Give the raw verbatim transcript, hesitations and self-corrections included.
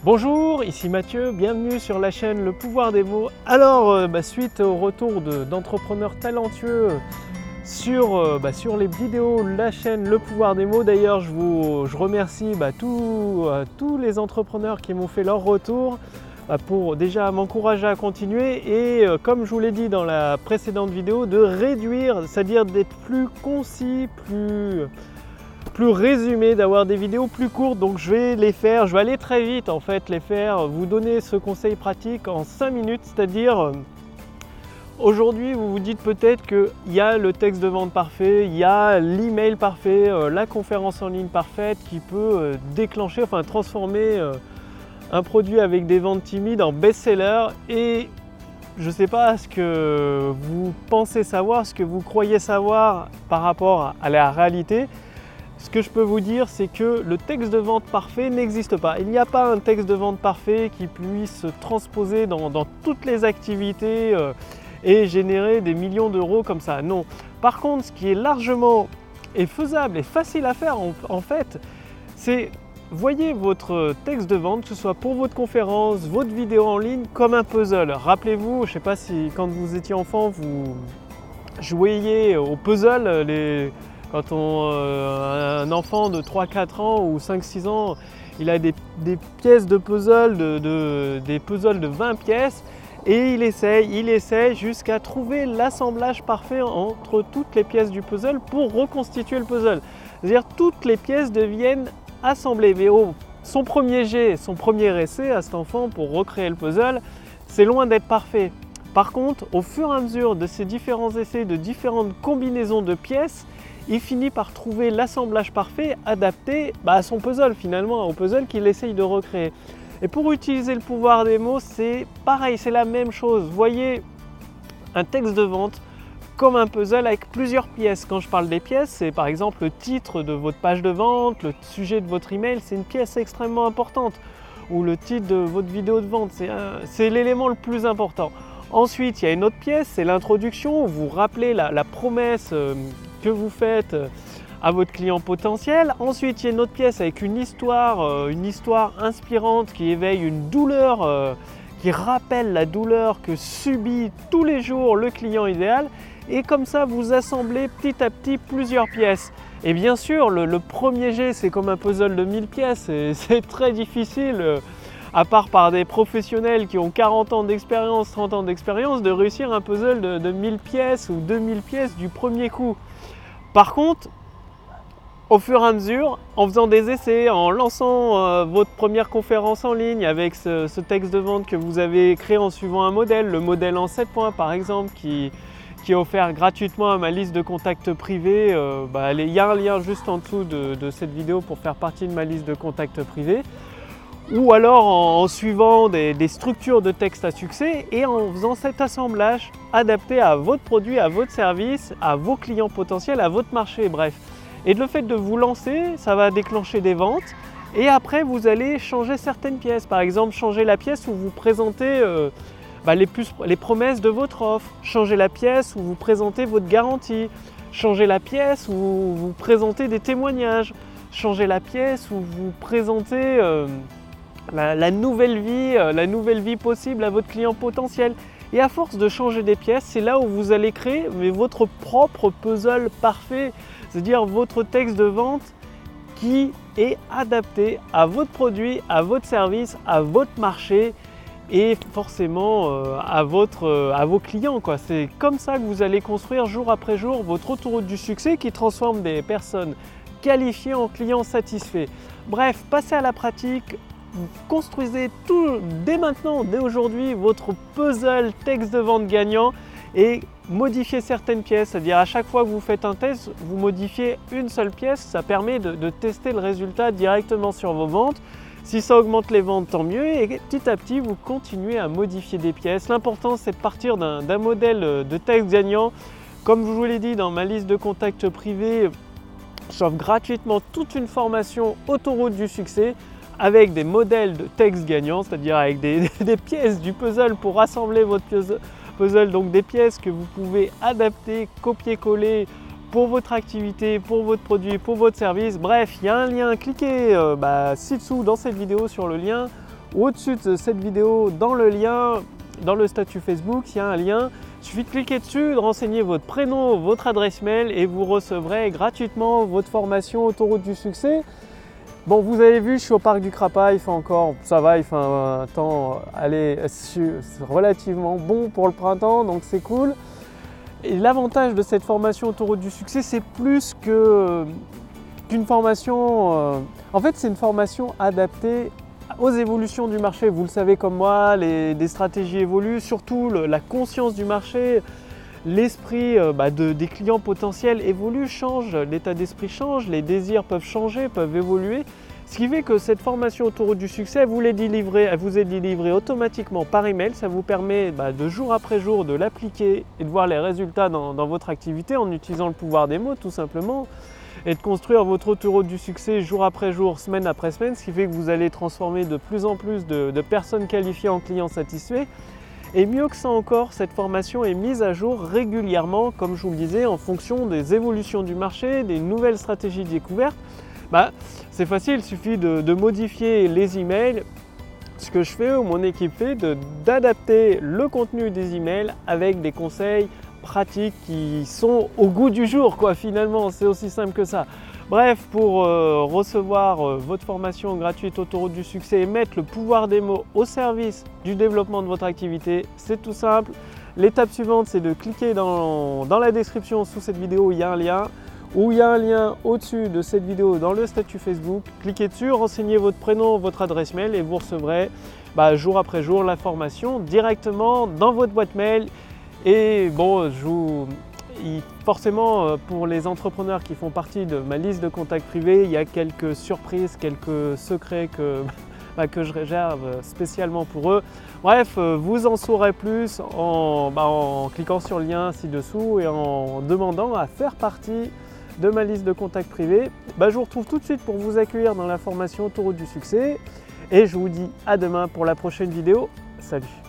Bonjour, ici Mathieu, bienvenue sur la chaîne Le Pouvoir des mots. Alors, euh, bah, suite au retour d'entrepreneurs talentueux sur, euh, bah, sur les vidéos, la chaîne Le Pouvoir des mots, d'ailleurs je, vous, je remercie bah, tous, euh, tous les entrepreneurs qui m'ont fait leur retour bah, pour déjà m'encourager à continuer et euh, comme je vous l'ai dit dans la précédente vidéo, de réduire, c'est-à-dire d'être plus concis, plus... plus résumé, d'avoir des vidéos plus courtes. Donc je vais les faire, je vais aller très vite en fait les faire, vous donner ce conseil pratique en cinq minutes, c'est-à-dire aujourd'hui vous vous dites peut-être qu'il y a le texte de vente parfait, il y a l'email parfait, euh, la conférence en ligne parfaite qui peut euh, déclencher, enfin transformer euh, un produit avec des ventes timides en best-seller. Et je ne sais pas ce que vous pensez savoir, ce que vous croyez savoir par rapport à la réalité. Ce que je peux vous dire, c'est que le texte de vente parfait n'existe pas. Il n'y a pas un texte de vente parfait qui puisse se transposer dans, dans toutes les activités euh, et générer des millions d'euros comme ça. Non. Par contre, ce qui est largement et faisable et facile à faire en, en fait, c'est voyez votre texte de vente, que ce soit pour votre conférence, votre vidéo en ligne, comme un puzzle. Rappelez-vous, je ne sais pas si quand vous étiez enfant, vous jouiez au puzzle, les Quand on, euh, un enfant de trois quatre ans ou cinq six ans, il a des, des pièces de puzzle, de, de, des puzzles de vingt pièces et il essaye, il essaye jusqu'à trouver l'assemblage parfait entre toutes les pièces du puzzle pour reconstituer le puzzle. C'est-à-dire toutes les pièces deviennent assemblées. Mais oh, son premier jet, son premier essai à cet enfant pour recréer le puzzle, c'est loin d'être parfait. Par contre, au fur et à mesure de ces différents essais, de différentes combinaisons de pièces, il finit par trouver l'assemblage parfait adapté bah, à son puzzle finalement, au puzzle qu'il essaye de recréer. Et pour utiliser le pouvoir des mots, c'est pareil, c'est la même chose. Voyez un texte de vente comme un puzzle avec plusieurs pièces. Quand je parle des pièces, c'est par exemple le titre de votre page de vente, le sujet de votre email, c'est une pièce extrêmement importante. Ou le titre de votre vidéo de vente, c'est l'élément le plus important. Ensuite, il y a une autre pièce, c'est l'introduction, où vous rappelez la, la promesse euh, que vous faites à votre client potentiel. Ensuite, il y a une autre pièce avec une histoire, euh, une histoire inspirante qui éveille une douleur, euh, qui rappelle la douleur que subit tous les jours le client idéal. Et comme ça, vous assemblez petit à petit plusieurs pièces. Et bien sûr, le, le premier jet, c'est comme un puzzle de mille pièces, c'est très difficile. Euh, à part par des professionnels qui ont quarante ans d'expérience, trente ans d'expérience, de réussir un puzzle de, de mille pièces ou deux mille pièces du premier coup. Par contre, au fur et à mesure, en faisant des essais, en lançant euh, votre première conférence en ligne avec ce, ce texte de vente que vous avez créé en suivant un modèle, le modèle en sept points par exemple, qui, qui est offert gratuitement à ma liste de contacts privés, euh, bah, il y a un lien juste en dessous de, de cette vidéo pour faire partie de ma liste de contacts privés. Ou alors en, en suivant des, des structures de texte à succès et en faisant cet assemblage adapté à votre produit, à votre service, à vos clients potentiels, à votre marché, bref. Et le fait de vous lancer, ça va déclencher des ventes et après vous allez changer certaines pièces. Par exemple, changer la pièce où vous présentez euh, bah, les, plus, les promesses de votre offre, changer la pièce où vous présentez votre garantie, changer la pièce où vous présentez des témoignages, changer la pièce où vous présentez... Euh, La, la, nouvelle vie, euh, la nouvelle vie possible à votre client potentiel. Et à force de changer des pièces, c'est là où vous allez créer mais votre propre puzzle parfait, c'est-à-dire votre texte de vente qui est adapté à votre produit, à votre service, à votre marché et forcément euh, à, votre, euh, à vos clients. C'est comme ça que vous allez construire jour après jour votre autoroute du succès qui transforme des personnes qualifiées en clients satisfaits. Bref, passez à la pratique. Vous construisez tout dès maintenant, dès aujourd'hui, votre puzzle texte de vente gagnant et modifiez certaines pièces. C'est-à-dire à chaque fois que vous faites un test, vous modifiez une seule pièce. Ça permet de, de tester le résultat directement sur vos ventes. Si ça augmente les ventes, tant mieux. Et petit à petit, vous continuez à modifier des pièces. L'important, c'est de partir d'un modèle de texte gagnant. Comme je vous l'ai dit dans ma liste de contacts privés, j'offre gratuitement toute une formation autoroute du succès avec des modèles de texte gagnants, c'est-à-dire avec des, des pièces du puzzle pour assembler votre puzzle, donc des pièces que vous pouvez adapter, copier-coller pour votre activité, pour votre produit, pour votre service. Bref, il y a un lien, cliquez euh, bah, ci-dessous dans cette vidéo sur le lien ou au-dessus de cette vidéo, dans le lien, dans le statut Facebook, il y a un lien. Il suffit de cliquer dessus, de renseigner votre prénom, votre adresse mail et vous recevrez gratuitement votre formation Autoroute du succès. Bon, vous avez vu, je suis au parc du Crapa, il fait encore, ça va, il fait un temps allez, relativement bon pour le printemps, donc c'est cool. Et l'avantage de cette formation Autoroute du succès, c'est plus que qu'une formation, euh, en fait c'est une formation adaptée aux évolutions du marché. Vous le savez comme moi, les, les stratégies évoluent, surtout le, la conscience du marché, l'esprit euh, bah, de, des clients potentiels évolue, change, l'état d'esprit change, les désirs peuvent changer, peuvent évoluer. Ce qui fait que cette formation Autoroute du succès, elle vous, est délivrée, elle vous est délivrée automatiquement par email. Ça vous permet bah, de jour après jour de l'appliquer et de voir les résultats dans, dans votre activité en utilisant le pouvoir des mots tout simplement. Et de construire votre autoroute du succès jour après jour, semaine après semaine, ce qui fait que vous allez transformer de plus en plus de, de personnes qualifiées en clients satisfaits. Et mieux que ça encore, cette formation est mise à jour régulièrement, comme je vous le disais, en fonction des évolutions du marché, des nouvelles stratégies découvertes. Bah, c'est facile, il suffit de, de modifier les emails. Ce que je fais ou mon équipe fait, d'adapter le contenu des emails avec des conseils pratiques qui sont au goût du jour, quoi, finalement, c'est aussi simple que ça. Bref, pour euh, recevoir euh, votre formation gratuite Autoroute du succès et mettre le pouvoir des mots au service du développement de votre activité, c'est tout simple. L'étape suivante, c'est de cliquer dans, dans la description sous cette vidéo, il y a un lien, ou il y a un lien au-dessus de cette vidéo dans le statut Facebook. Cliquez dessus, renseignez votre prénom, votre adresse mail et vous recevrez bah, jour après jour la formation directement dans votre boîte mail. Et bon, je vous... forcément, pour les entrepreneurs qui font partie de ma liste de contacts privés, il y a quelques surprises, quelques secrets que, bah, que je réserve spécialement pour eux. Bref, vous en saurez plus en, bah, en cliquant sur le lien ci-dessous et en demandant à faire partie de ma liste de contacts privés. Bah, je vous retrouve tout de suite pour vous accueillir dans la formation Autoroute du succès. Et je vous dis à demain pour la prochaine vidéo. Salut!